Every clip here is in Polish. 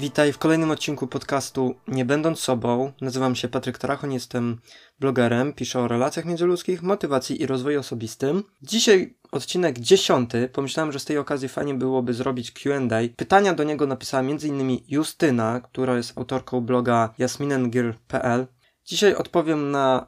Witaj w kolejnym odcinku podcastu Nie będąc sobą. Nazywam się Patryk Tarachon, jestem blogerem, piszę o relacjach międzyludzkich, motywacji i rozwoju osobistym. Dzisiaj odcinek 10. Pomyślałem, że z tej okazji fajnie byłoby zrobić Q&A. Pytania do niego napisała m.in. Justyna, która jest autorką bloga jasminengir.pl. Dzisiaj odpowiem na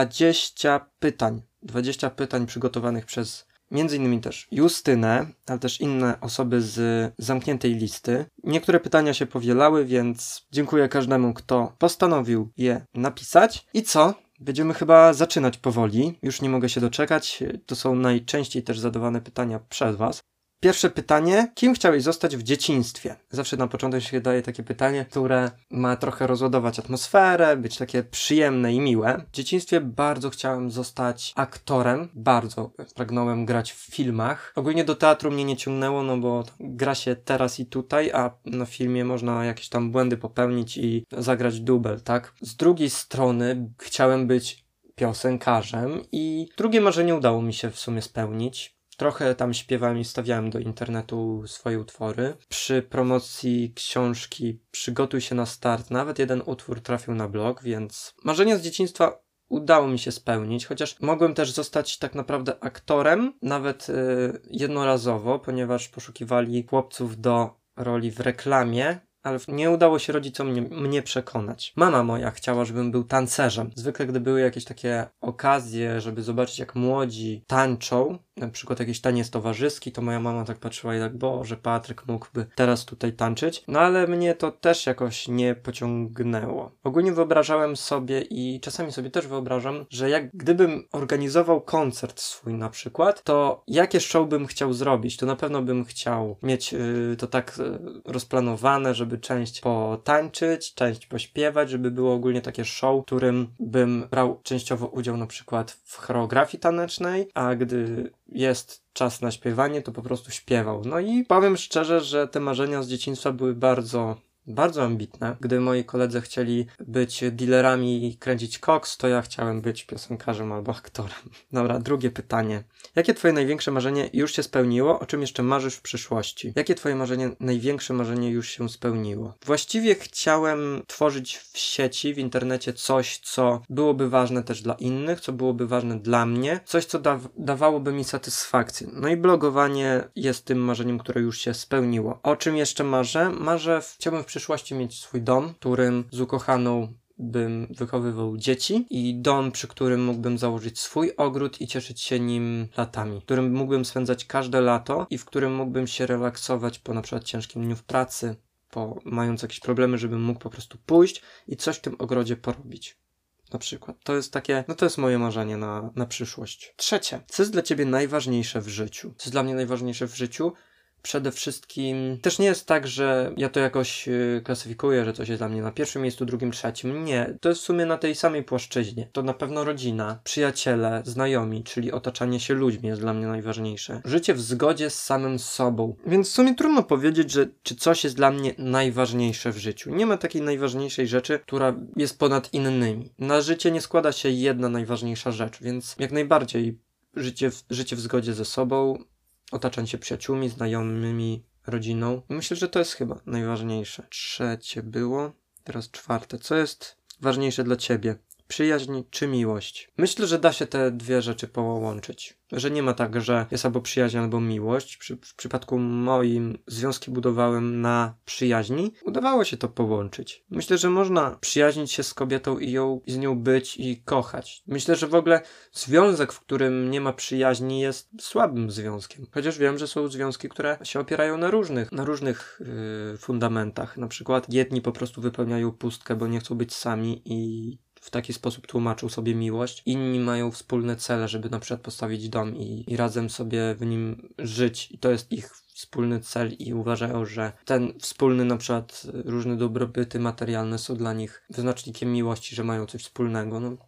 20 pytań. 20 pytań przygotowanych przez między innymi też Justynę, ale też inne osoby z zamkniętej listy. Niektóre pytania się powielały, więc dziękuję każdemu, kto postanowił je napisać. I co? Będziemy chyba zaczynać powoli. Już nie mogę się doczekać. To są najczęściej też zadawane pytania przez Was. Pierwsze pytanie. Kim chciałeś zostać w dzieciństwie? Zawsze na początek się daje takie pytanie, które ma trochę rozładować atmosferę, być takie przyjemne i miłe. W dzieciństwie bardzo chciałem zostać aktorem. Bardzo pragnąłem grać w filmach. Ogólnie do teatru mnie nie ciągnęło, no bo gra się teraz i tutaj, a na filmie można jakieś tam błędy popełnić i zagrać dubel, tak? Z drugiej strony chciałem być piosenkarzem i drugie marzenie udało mi się w sumie spełnić. Trochę tam śpiewałem i stawiałem do internetu swoje utwory. Przy promocji książki Przygotuj się na start nawet jeden utwór trafił na blog, więc marzenia z dzieciństwa udało mi się spełnić, chociaż mogłem też zostać tak naprawdę aktorem, nawet jednorazowo, ponieważ poszukiwali chłopców do roli w reklamie, ale nie udało się rodzicom mnie przekonać. Mama moja chciała, żebym był tancerzem. Zwykle, gdy były jakieś takie okazje, żeby zobaczyć, jak młodzi tańczą, na przykład jakiś taniec towarzyski, to moja mama tak patrzyła i tak, Boże, Patryk mógłby teraz tutaj tańczyć. No ale mnie to też jakoś nie pociągnęło. Ogólnie wyobrażałem sobie i czasami sobie też wyobrażam, że jak gdybym organizował koncert swój na przykład, to jakie show bym chciał zrobić? To na pewno bym chciał mieć to tak rozplanowane, żeby część potańczyć, część pośpiewać, żeby było ogólnie takie show, w którym bym brał częściowo udział na przykład w choreografii tanecznej, a gdy jest czas na śpiewanie, to po prostu śpiewał. No i powiem szczerze, że te marzenia z dzieciństwa były bardzo ambitne. Gdy moi koledzy chcieli być dealerami i kręcić koks, to ja chciałem być piosenkarzem albo aktorem. Dobra, drugie pytanie. Jakie twoje największe marzenie już się spełniło? O czym jeszcze marzysz w przyszłości? Jakie twoje największe marzenie już się spełniło? Właściwie chciałem tworzyć w sieci, w internecie coś, co byłoby ważne też dla innych, co byłoby ważne dla mnie, coś, co dawałoby mi satysfakcję. No i blogowanie jest tym marzeniem, które już się spełniło. O czym jeszcze marzę? Chciałbym w przyszłości mieć swój dom, w którym z ukochaną bym wychowywał dzieci i dom, przy którym mógłbym założyć swój ogród i cieszyć się nim latami, w którym mógłbym spędzać każde lato i w którym mógłbym się relaksować po na przykład ciężkim dniu w pracy, mając jakieś problemy, żebym mógł po prostu pójść i coś w tym ogrodzie porobić. Na przykład. To jest takie, to jest moje marzenie na przyszłość. Trzecie. Co jest dla ciebie najważniejsze w życiu? Co jest dla mnie najważniejsze w życiu? Przede wszystkim też nie jest tak, że ja to jakoś klasyfikuję, że coś jest dla mnie na pierwszym miejscu, drugim, trzecim. Nie. To jest w sumie na tej samej płaszczyźnie. To na pewno rodzina, przyjaciele, znajomi, czyli otaczanie się ludźmi jest dla mnie najważniejsze. Życie w zgodzie z samym sobą. Więc w sumie trudno powiedzieć, czy coś jest dla mnie najważniejsze w życiu. Nie ma takiej najważniejszej rzeczy, która jest ponad innymi. Na życie nie składa się jedna najważniejsza rzecz, więc jak najbardziej życie w zgodzie ze sobą, otaczanie się przyjaciółmi, znajomymi, rodziną. Myślę, że to jest chyba najważniejsze. Trzecie było. Teraz czwarte. Co jest ważniejsze dla ciebie? Przyjaźń czy miłość? Myślę, że da się te dwie rzeczy połączyć. Że nie ma tak, że jest albo przyjaźń, albo miłość. W przypadku moim związki budowałem na przyjaźni. Udawało się to połączyć. Myślę, że można przyjaźnić się z kobietą i z nią być i kochać. Myślę, że w ogóle związek, w którym nie ma przyjaźni, jest słabym związkiem. Chociaż wiem, że są związki, które się opierają na różnych fundamentach. Na przykład jedni po prostu wypełniają pustkę, bo nie chcą być sami i w taki sposób tłumaczą sobie miłość. Inni mają wspólne cele, żeby na przykład postawić dom i razem sobie w nim żyć. I to jest ich wspólny cel i uważają, że ten wspólny na przykład różne dobrobyty materialne są dla nich wyznacznikiem miłości, że mają coś wspólnego. No,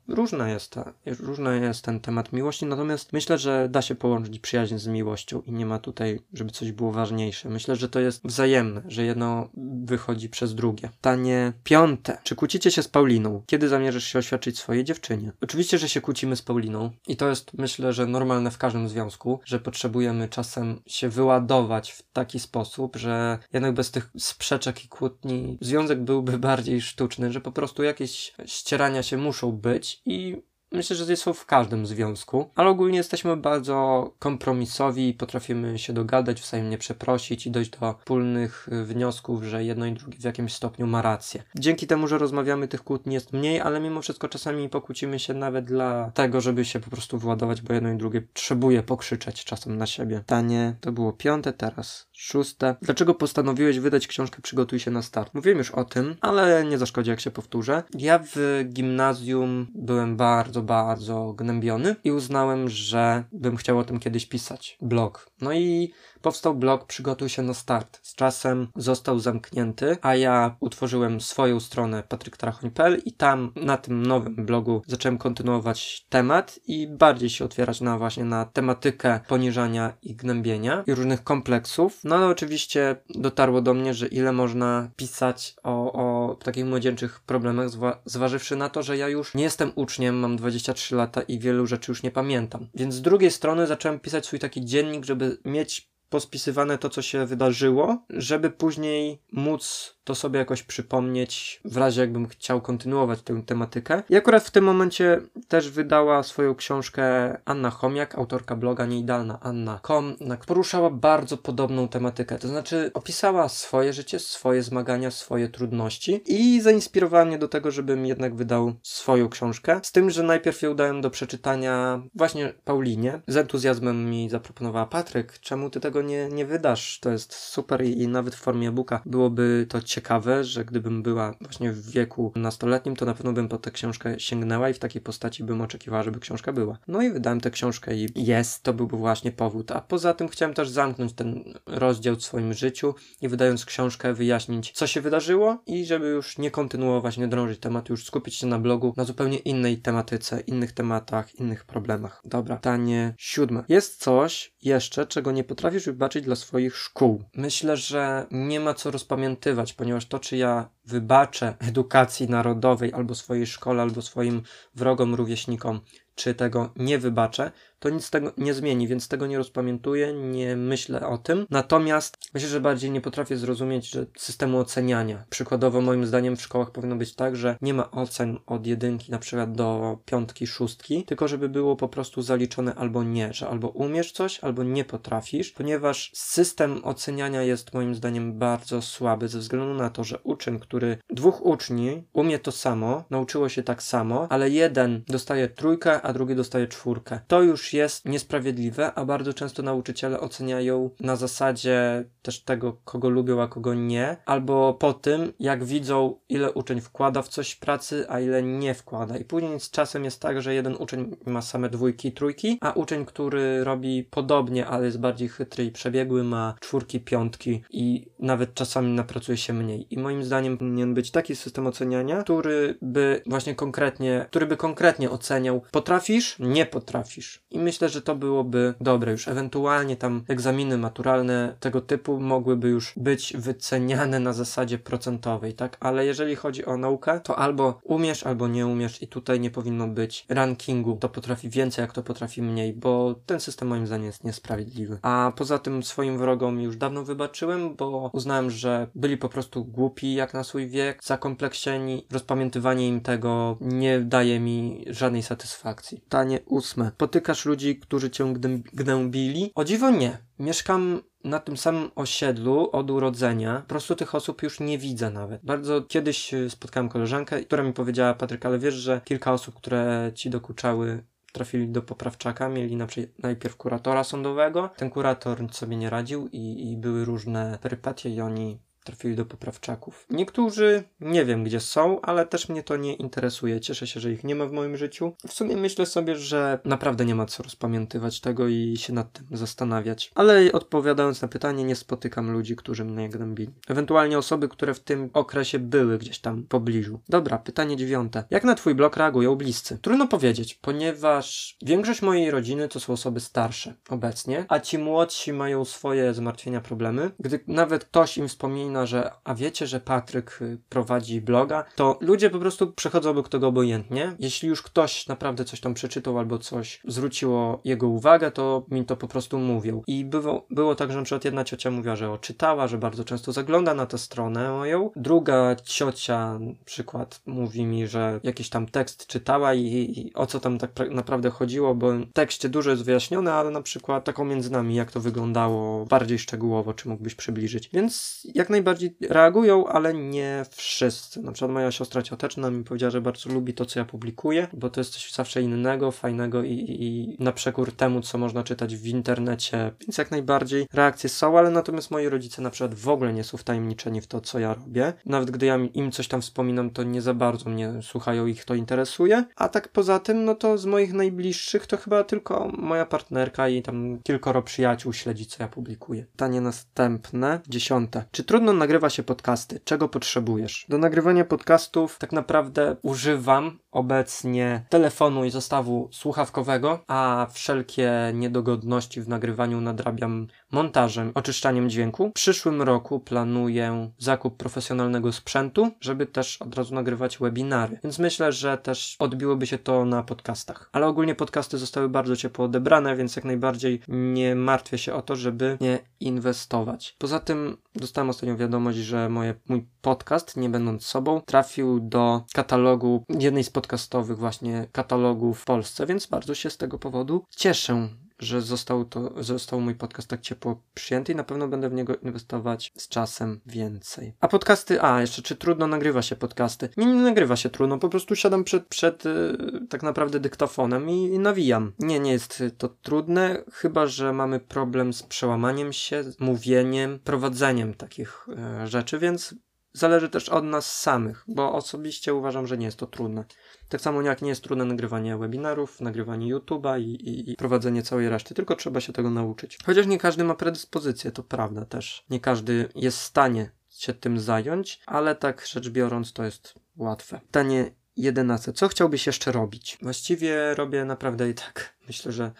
różna jest ten temat miłości, natomiast myślę, że da się połączyć przyjaźń z miłością i nie ma tutaj, żeby coś było ważniejsze. Myślę, że to jest wzajemne, że jedno wychodzi przez drugie. Pytanie piąte. Czy kłócicie się z Pauliną? Kiedy zamierzasz się oświadczyć swojej dziewczynie? Oczywiście, że się kłócimy z Pauliną i to jest, myślę, że normalne w każdym związku, że potrzebujemy czasem się wyładować budować w taki sposób, że jednak bez tych sprzeczek i kłótni związek byłby bardziej sztuczny, że po prostu jakieś ścierania się muszą być i myślę, że są w każdym związku, ale ogólnie jesteśmy bardzo kompromisowi i potrafimy się dogadać, wzajemnie przeprosić i dojść do wspólnych wniosków, że jedno i drugie w jakimś stopniu ma rację. Dzięki temu, że rozmawiamy, tych kłótni jest mniej, ale mimo wszystko czasami pokłócimy się nawet dla tego, żeby się po prostu wyładować, bo jedno i drugie potrzebuje pokrzyczeć czasem na siebie. Pytanie to było 5, teraz 6. Dlaczego postanowiłeś wydać książkę Przygotuj się na start? Mówiłem już o tym, ale nie zaszkodzi, jak się powtórzę. Ja w gimnazjum byłem bardzo gnębiony i uznałem, że bym chciał o tym kiedyś pisać. Blog. No i powstał blog Przygotuj się na start. Z czasem został zamknięty, a ja utworzyłem swoją stronę patryktarachoń.pl i tam na tym nowym blogu zacząłem kontynuować temat i bardziej się otwierać na tematykę poniżania i gnębienia i różnych kompleksów. No ale oczywiście dotarło do mnie, że ile można pisać o takich młodzieńczych problemach, zważywszy na to, że ja już nie jestem uczniem, mam 23 lata i wielu rzeczy już nie pamiętam. Więc z drugiej strony zacząłem pisać swój taki dziennik, żeby mieć pospisywane to, co się wydarzyło, żeby później móc to sobie jakoś przypomnieć, w razie jakbym chciał kontynuować tę tematykę. I akurat w tym momencie też wydała swoją książkę Anna Chomiak, autorka bloga Nieidealna Anna.com, poruszała bardzo podobną tematykę, to znaczy opisała swoje życie, swoje zmagania, swoje trudności i zainspirowała mnie do tego, żebym jednak wydał swoją książkę, z tym, że najpierw ją dałem do przeczytania właśnie Paulinie. Z entuzjazmem mi zaproponowała: Patryk, czemu ty tego nie wydasz? To jest super i nawet w formie e-booka byłoby to ciekawe, że gdybym była właśnie w wieku nastoletnim, to na pewno bym po tę książkę sięgnęła i w takiej postaci bym oczekiwała, żeby książka była. No i wydałem tę książkę i to byłby właśnie powód. A poza tym chciałem też zamknąć ten rozdział w swoim życiu i wydając książkę wyjaśnić, co się wydarzyło i żeby już nie kontynuować, nie drążyć tematu, już skupić się na blogu na zupełnie innej tematyce, innych tematach, innych problemach. Dobra, pytanie 7. Jest coś jeszcze, czego nie potrafisz wybaczyć dla swoich szkół? Myślę, że nie ma co rozpamiętywać, ponieważ to, czy ja wybaczę edukacji narodowej albo swojej szkole, albo swoim wrogom, rówieśnikom, czy tego nie wybaczę, to nic z tego nie zmieni, więc tego nie rozpamiętuję, nie myślę o tym. Natomiast myślę, że bardziej nie potrafię zrozumieć, że systemu oceniania. Przykładowo moim zdaniem w szkołach powinno być tak, że nie ma ocen od 1 na przykład do 5, 6, tylko żeby było po prostu zaliczone albo nie, że albo umiesz coś, albo nie potrafisz, ponieważ system oceniania jest moim zdaniem bardzo słaby ze względu na to, że dwóch uczniów umie to samo, nauczyło się tak samo, ale jeden dostaje 3, a drugi dostaje 4. To już jest niesprawiedliwe, a bardzo często nauczyciele oceniają na zasadzie też tego, kogo lubią, a kogo nie, albo po tym, jak widzą, ile uczeń wkłada w coś pracy, a ile nie wkłada. I później z czasem jest tak, że jeden uczeń ma same 2, 3, a uczeń, który robi podobnie, ale jest bardziej chytry i przebiegły, ma 4, 5 i nawet czasami napracuje się mniej. I moim zdaniem powinien być taki system oceniania, który by konkretnie oceniał: potrafisz? Nie potrafisz. I myślę, że to byłoby dobre. Już ewentualnie tam egzaminy maturalne tego typu mogłyby już być wyceniane na zasadzie procentowej, tak? Ale jeżeli chodzi o naukę, to albo umiesz, albo nie umiesz i tutaj nie powinno być rankingu. To potrafi więcej, jak to potrafi mniej, bo ten system moim zdaniem jest niesprawiedliwy. A poza tym swoim wrogom już dawno wybaczyłem, bo uznałem, że byli po prostu głupi jak na swój wiek, zakompleksieni. Rozpamiętywanie im tego nie daje mi żadnej satysfakcji. Pytanie 8. Potykasz ludzi, którzy cię gnębili? O dziwo nie. Mieszkam na tym samym osiedlu od urodzenia. Po prostu tych osób już nie widzę nawet. Bardzo kiedyś spotkałem koleżankę, która mi powiedziała: Patryk, ale wiesz, że kilka osób, które ci dokuczały, trafili do poprawczaka, mieli najpierw kuratora sądowego. Ten kurator nic sobie nie radził i były różne perypetie i oni trafili do poprawczaków. Niektórzy nie wiem gdzie są, ale też mnie to nie interesuje. Cieszę się, że ich nie ma w moim życiu. W sumie myślę sobie, że naprawdę nie ma co rozpamiętywać tego i się nad tym zastanawiać. Ale odpowiadając na pytanie, nie spotykam ludzi, którzy mnie gnębili. Ewentualnie osoby, które w tym okresie były gdzieś tam w pobliżu. Dobra, pytanie 9. Jak na twój blog reagują bliscy? Trudno powiedzieć, ponieważ większość mojej rodziny to są osoby starsze obecnie, a ci młodsi mają swoje zmartwienia, problemy. Gdy nawet ktoś im wspomina wspomina, że a wiecie, że Patryk prowadzi bloga, to ludzie po prostu przechodzą obok tego obojętnie. Jeśli już ktoś naprawdę coś tam przeczytał albo coś zwróciło jego uwagę, to mi to po prostu mówią. I było tak, że na przykład jedna ciocia mówiła, że czytała, że bardzo często zagląda na tę stronę moją. Druga ciocia na przykład mówi mi, że jakiś tam tekst czytała i o co tam tak naprawdę chodziło, bo w tekście dużo jest wyjaśnione, ale na przykład taką między nami, jak to wyglądało bardziej szczegółowo, czy mógłbyś przybliżyć. Więc jak najbardziej reagują, ale nie wszyscy. Na przykład moja siostra cioteczna mi powiedziała, że bardzo lubi to, co ja publikuję, bo to jest coś zawsze innego, fajnego i na przekór temu, co można czytać w internecie. Więc jak najbardziej reakcje są, ale natomiast moi rodzice na przykład w ogóle nie są wtajemniczeni w to, co ja robię. Nawet gdy ja im coś tam wspominam, to nie za bardzo mnie słuchają, ich to interesuje. A tak poza tym, no to z moich najbliższych to chyba tylko moja partnerka i tam kilkoro przyjaciół śledzi, co ja publikuję. Pytanie następne, 10. Czy trudno nagrywa się podcasty? Czego potrzebujesz? Do nagrywania podcastów tak naprawdę używam obecnie telefonu i zestawu słuchawkowego, a wszelkie niedogodności w nagrywaniu nadrabiam montażem, oczyszczaniem dźwięku. W przyszłym roku planuję zakup profesjonalnego sprzętu, żeby też od razu nagrywać webinary. Więc myślę, że też odbiłoby się to na podcastach. Ale ogólnie podcasty zostały bardzo ciepło odebrane, więc jak najbardziej nie martwię się o to, żeby nie inwestować. Poza tym dostałem ostatnio wiadomość, że mój podcast, nie będąc sobą, trafił do katalogu jednej z podcastowych właśnie katalogów w Polsce, więc bardzo się z tego powodu cieszę, że został mój podcast tak ciepło przyjęty i na pewno będę w niego inwestować z czasem więcej. A podcasty, jeszcze czy trudno nagrywa się podcasty? Nie nagrywa się trudno, po prostu siadam przed tak naprawdę dyktafonem i nawijam. Nie jest to trudne, chyba że mamy problem z przełamaniem się, z mówieniem, prowadzeniem takich rzeczy, więc zależy też od nas samych, bo osobiście uważam, że nie jest to trudne. Tak samo jak nie jest trudne nagrywanie webinarów, nagrywanie YouTube'a i prowadzenie całej reszty, tylko trzeba się tego nauczyć. Chociaż nie każdy ma predyspozycję, to prawda też. Nie każdy jest w stanie się tym zająć, ale tak rzecz biorąc to jest łatwe. Pytanie 11. Co chciałbyś jeszcze robić? Właściwie robię naprawdę i tak. Myślę, że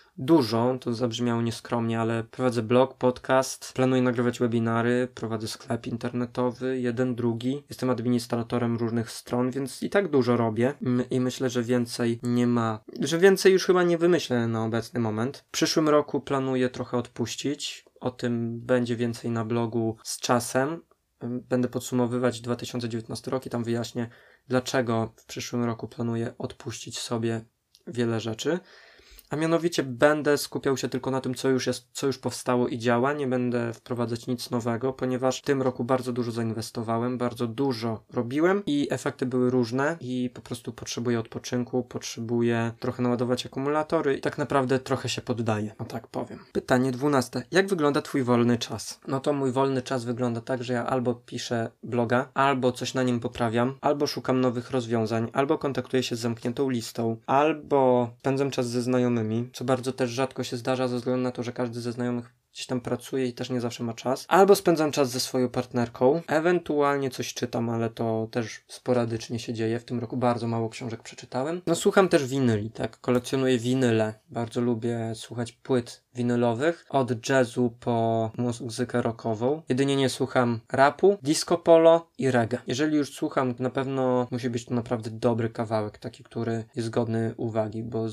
dużo, to zabrzmiało nieskromnie, ale prowadzę blog, podcast, planuję nagrywać webinary, prowadzę sklep internetowy, jeden, drugi. Jestem administratorem różnych stron, więc i tak dużo robię i myślę, że więcej nie ma, że więcej już chyba nie wymyślę na obecny moment. W przyszłym roku planuję trochę odpuścić, o tym będzie więcej na blogu z czasem. Będę podsumowywać 2019 rok i tam wyjaśnię, dlaczego w przyszłym roku planuję odpuścić sobie wiele rzeczy. A mianowicie będę skupiał się tylko na tym, co już powstało i działa. Nie będę wprowadzać nic nowego, ponieważ w tym roku bardzo dużo zainwestowałem, bardzo dużo robiłem i efekty były różne i po prostu potrzebuję odpoczynku, potrzebuję trochę naładować akumulatory i tak naprawdę trochę się poddaję, o tak powiem. Pytanie 12. Jak wygląda twój wolny czas? No to mój wolny czas wygląda tak, że ja albo piszę bloga, albo coś na nim poprawiam, albo szukam nowych rozwiązań, albo kontaktuję się z zamkniętą listą, albo spędzam czas ze znajomymi, co bardzo też rzadko się zdarza ze względu na to, że każdy ze znajomych gdzieś tam pracuje i też nie zawsze ma czas. Albo spędzam czas ze swoją partnerką, ewentualnie coś czytam, ale to też sporadycznie się dzieje. W tym roku bardzo mało książek przeczytałem. No słucham też winyli, tak? Kolekcjonuję winyle. Bardzo lubię słuchać płyt winylowych, od jazzu po muzykę rockową. Jedynie nie słucham rapu, disco polo i reggae. Jeżeli już słucham, to na pewno musi być to naprawdę dobry kawałek, taki, który jest godny uwagi, bo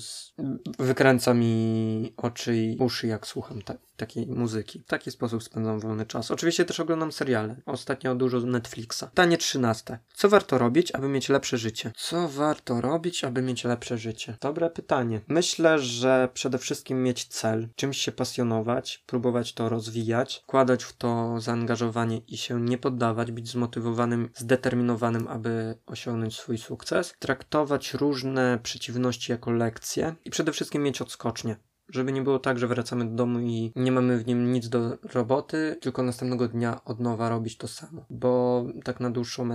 wykręca mi oczy i uszy, jak słucham takiej muzyki. W taki sposób spędzam wolny czas. Oczywiście też oglądam seriale. Ostatnio dużo z Netflixa. Pytanie 13. Co warto robić, aby mieć lepsze życie? Co warto robić, aby mieć lepsze życie? Dobre pytanie. Myślę, że przede wszystkim mieć cel, czymś się pasjonować, próbować to rozwijać, wkładać w to zaangażowanie i się nie poddawać, być zmotywowanym, zdeterminowanym, aby osiągnąć swój sukces, traktować różne przeciwności jako lekcje i przede wszystkim mieć odskocznie. Żeby nie było tak, że wracamy do domu i nie mamy w nim nic do roboty, tylko następnego dnia od nowa robić to samo. Bo tak na dłuższą metę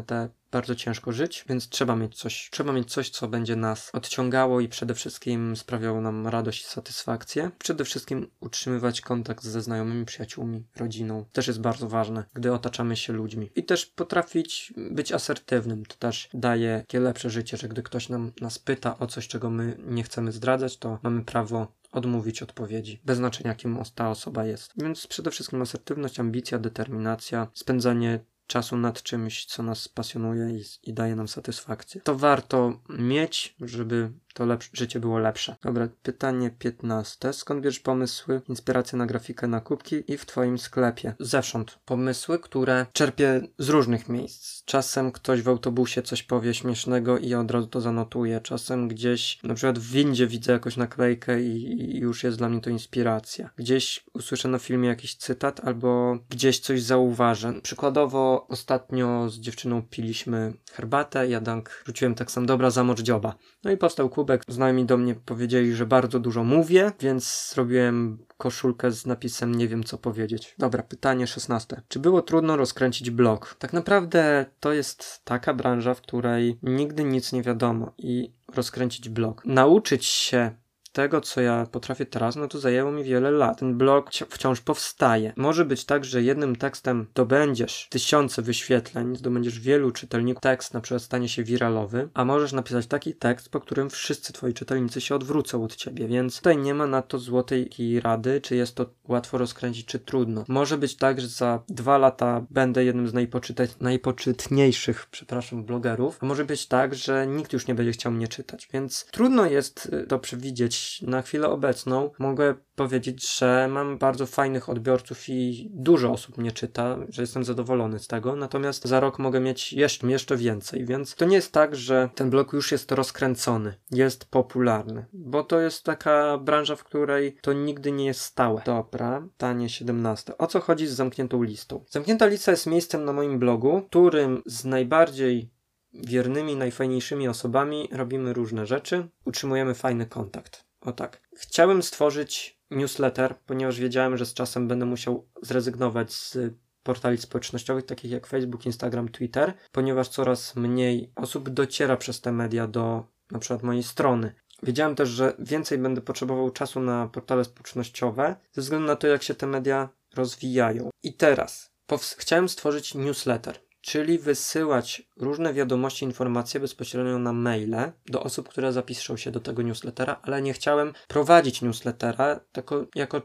bardzo ciężko żyć, więc trzeba mieć coś, co będzie nas odciągało i przede wszystkim sprawiało nam radość i satysfakcję. Przede wszystkim utrzymywać kontakt ze znajomymi, przyjaciółmi, rodziną. Też jest bardzo ważne, gdy otaczamy się ludźmi. I też potrafić być asertywnym. To też daje takie lepsze życie, że gdy ktoś nas pyta o coś, czego my nie chcemy zdradzać, to mamy prawo odmówić odpowiedzi, bez znaczenia kim ta osoba jest. Więc przede wszystkim asertywność, ambicja, determinacja, spędzanie czasu nad czymś, co nas pasjonuje i daje nam satysfakcję. To warto mieć, żeby to życie było lepsze. Dobra, pytanie 15. Skąd bierzesz pomysły, inspiracje na grafikę, na kubki i w twoim sklepie? Zewsząd. Pomysły, które czerpię z różnych miejsc. Czasem ktoś w autobusie coś powie śmiesznego i ja od razu to zanotuję. Czasem gdzieś, na przykład w windzie widzę jakąś naklejkę i już jest dla mnie to inspiracja. Gdzieś usłyszę na filmie jakiś cytat albo gdzieś coś zauważę. Przykładowo ostatnio z dziewczyną piliśmy herbatę, ja rzuciłem tak sam, dobra, zamocz dzioba. No i powstał kubek. Znajomi do mnie powiedzieli, że bardzo dużo mówię, więc zrobiłem koszulkę z napisem nie wiem co powiedzieć. Dobra, pytanie 16. Czy było trudno rozkręcić blog? Tak naprawdę to jest taka branża, w której nigdy nic nie wiadomo i rozkręcić blog. Nauczyć się tego, co ja potrafię teraz, no to zajęło mi wiele lat. Ten blog wciąż powstaje. Może być tak, że jednym tekstem zdobędziesz 1000 wyświetleń, zdobędziesz wielu czytelników, tekst na przykład stanie się wiralowy, a możesz napisać taki tekst, po którym wszyscy twoi czytelnicy się odwrócą od ciebie, więc tutaj nie ma na to złotej rady, czy jest to łatwo rozkręcić, czy trudno. Może być tak, że za 2 lata będę jednym z najpoczytniejszych, blogerów, a może być tak, że nikt już nie będzie chciał mnie czytać, więc trudno jest to przewidzieć. Na chwilę obecną mogę powiedzieć, że mam bardzo fajnych odbiorców i dużo osób mnie czyta, że jestem zadowolony z tego, natomiast za rok mogę mieć jeszcze więcej, więc to nie jest tak, że ten blog już jest rozkręcony, jest popularny, bo to jest taka branża, w której to nigdy nie jest stałe. Dobra, pytanie 17. O co chodzi z zamkniętą listą? Zamknięta lista jest miejscem na moim blogu, którym z najbardziej wiernymi, najfajniejszymi osobami robimy różne rzeczy, utrzymujemy fajny kontakt. O tak. Chciałem stworzyć newsletter, ponieważ wiedziałem, że z czasem będę musiał zrezygnować z portali społecznościowych, takich jak Facebook, Instagram, Twitter, ponieważ coraz mniej osób dociera przez te media do na przykład mojej strony. Wiedziałem też, że więcej będę potrzebował czasu na portale społecznościowe, ze względu na to, jak się te media rozwijają. I teraz chciałem stworzyć newsletter, czyli wysyłać różne wiadomości, informacje bezpośrednio na maile do osób, które zapiszą się do tego newslettera, ale nie chciałem prowadzić newslettera jako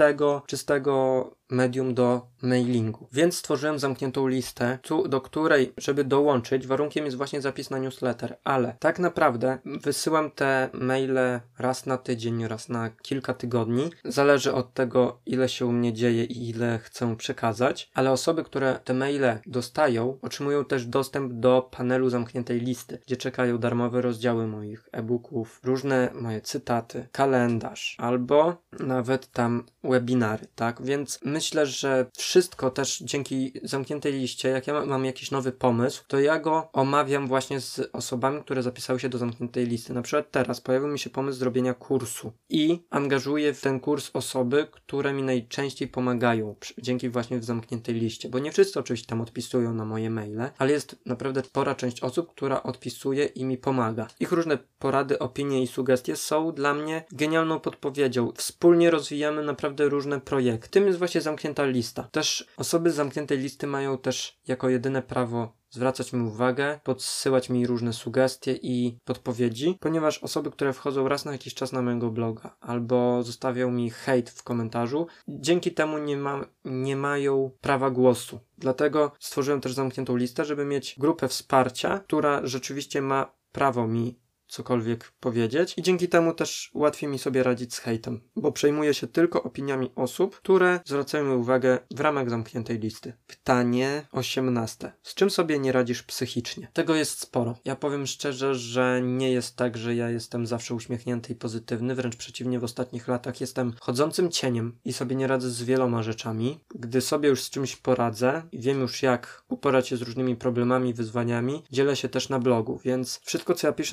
czystego medium do mailingu. Więc stworzyłem zamkniętą listę, do której, żeby dołączyć, warunkiem jest właśnie zapis na newsletter, ale tak naprawdę wysyłam te maile raz na tydzień, raz na kilka tygodni. Zależy od tego, ile się u mnie dzieje i ile chcę przekazać, ale osoby, które te maile dostają, otrzymują też dostęp do panelu zamkniętej listy, gdzie czekają darmowe rozdziały moich e-booków, różne moje cytaty, kalendarz, albo nawet tam webinary, tak? Więc myślę, że wszystko też dzięki zamkniętej liście, jak ja mam jakiś nowy pomysł, to ja go omawiam właśnie z osobami, które zapisały się do zamkniętej listy. Na przykład teraz pojawił mi się pomysł zrobienia kursu i angażuję w ten kurs osoby, które mi najczęściej pomagają dzięki właśnie w zamkniętej liście, bo nie wszyscy oczywiście tam odpisują na moje maile, ale jest naprawdę spora część osób, która odpisuje i mi pomaga. Ich różne porady, opinie i sugestie są dla mnie genialną podpowiedzią. Wspólnie rozwijamy naprawdę różne projekty. Tym jest właśnie zamknięta lista. Też osoby z zamkniętej listy mają też jako jedyne prawo zwracać mi uwagę, podsyłać mi różne sugestie i podpowiedzi, ponieważ osoby, które wchodzą raz na jakiś czas na mojego bloga albo zostawią mi hejt w komentarzu, dzięki temu nie mają prawa głosu. Dlatego stworzyłem też zamkniętą listę, żeby mieć grupę wsparcia, która rzeczywiście ma prawo mi cokolwiek powiedzieć i dzięki temu też łatwiej mi sobie radzić z hejtem, bo przejmuję się tylko opiniami osób, które zwracają mi uwagę w ramach zamkniętej listy. Pytanie 18. Z czym sobie nie radzisz psychicznie? Tego jest sporo. Ja powiem szczerze, że nie jest tak, że ja jestem zawsze uśmiechnięty i pozytywny, wręcz przeciwnie, w ostatnich latach jestem chodzącym cieniem i sobie nie radzę z wieloma rzeczami. Gdy sobie już z czymś poradzę i wiem już jak uporać się z różnymi problemami, wyzwaniami, dzielę się też na blogu, więc wszystko co ja piszę na blogu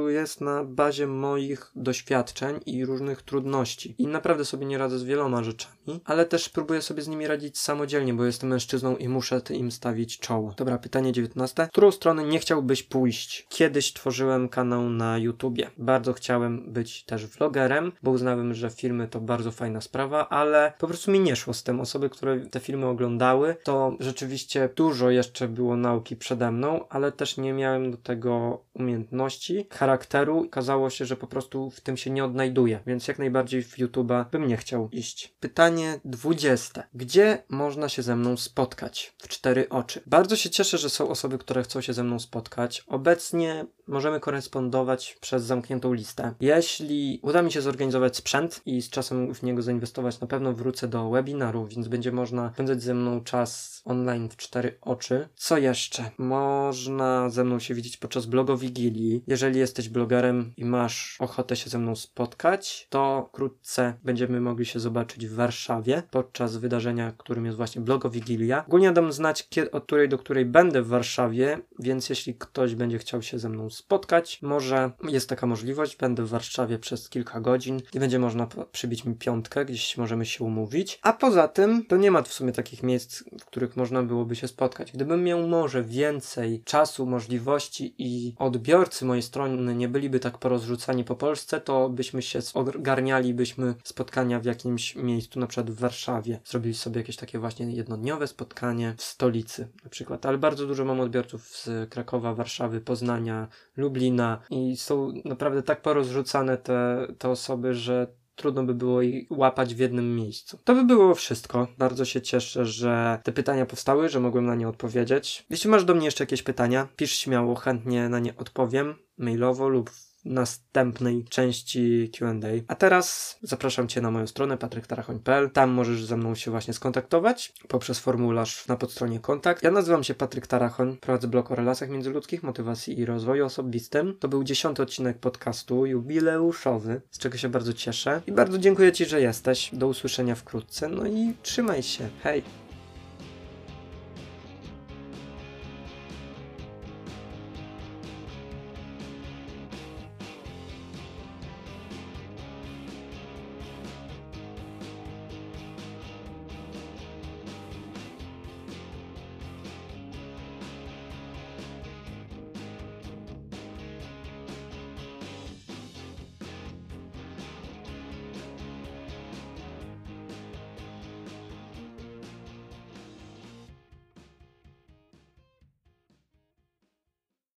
prostu jest na bazie moich doświadczeń i różnych trudności. I naprawdę sobie nie radzę z wieloma rzeczami, ale też próbuję sobie z nimi radzić samodzielnie, bo jestem mężczyzną i muszę im stawić czoło. Dobra, pytanie 19. W którą stronę nie chciałbyś pójść? Kiedyś tworzyłem kanał na YouTubie. Bardzo chciałem być też vlogerem, bo uznałem, że filmy to bardzo fajna sprawa, ale po prostu mi nie szło z tym. Osoby, które te filmy oglądały, to rzeczywiście dużo jeszcze było nauki przede mną, ale też nie miałem do tego umiejętności, charakteru. Okazało się, że po prostu w tym się nie odnajduję, więc jak najbardziej w YouTube'a bym nie chciał iść. Pytanie 20. Gdzie można się ze mną spotkać? W 4 oczy. Bardzo się cieszę, że są osoby, które chcą się ze mną spotkać. Obecnie możemy korespondować przez zamkniętą listę. Jeśli uda mi się zorganizować sprzęt i z czasem w niego zainwestować, na pewno wrócę do webinarów, więc będzie można spędzać ze mną czas online w 4 oczy. Co jeszcze? Można ze mną się widzieć podczas blogowigilii. Jeżeli jesteś blogerem i masz ochotę się ze mną spotkać, to wkrótce będziemy mogli się zobaczyć w Warszawie podczas wydarzenia, którym jest właśnie blogowigilia. Ogólnie dam znać, od której do której będę w Warszawie, więc jeśli ktoś będzie chciał się ze mną spotkać, może jest taka możliwość, będę w Warszawie przez kilka godzin i będzie można przybić mi piątkę, gdzieś możemy się umówić. A poza tym, to nie ma w sumie takich miejsc, w których można byłoby się spotkać. Gdybym miał może więcej czasu, możliwości i odbiorcy mojej strony nie byliby tak porozrzucani po Polsce, to byśmy się ogarnialibyśmy spotkania w jakimś miejscu, na przykład w Warszawie. Zrobili sobie jakieś takie właśnie jednodniowe spotkanie w stolicy na przykład. Ale bardzo dużo mam odbiorców z Krakowa, Warszawy, Poznania, Lublina i są naprawdę tak porozrzucane te osoby, że trudno by było ich łapać w jednym miejscu. To by było wszystko. Bardzo się cieszę, że te pytania powstały, że mogłem na nie odpowiedzieć. Jeśli masz do mnie jeszcze jakieś pytania, pisz śmiało, chętnie na nie odpowiem mailowo lub w następnej części Q&A. A teraz zapraszam Cię na moją stronę patryktarachon.pl. Tam możesz ze mną się właśnie skontaktować poprzez formularz na podstronie kontakt. Ja nazywam się Patryk Tarachoń, prowadzę blog o relacjach międzyludzkich, motywacji i rozwoju osobistym. To był 10. odcinek podcastu jubileuszowy, z czego się bardzo cieszę i bardzo dziękuję Ci, że jesteś. Do usłyszenia wkrótce, no i trzymaj się. Hej!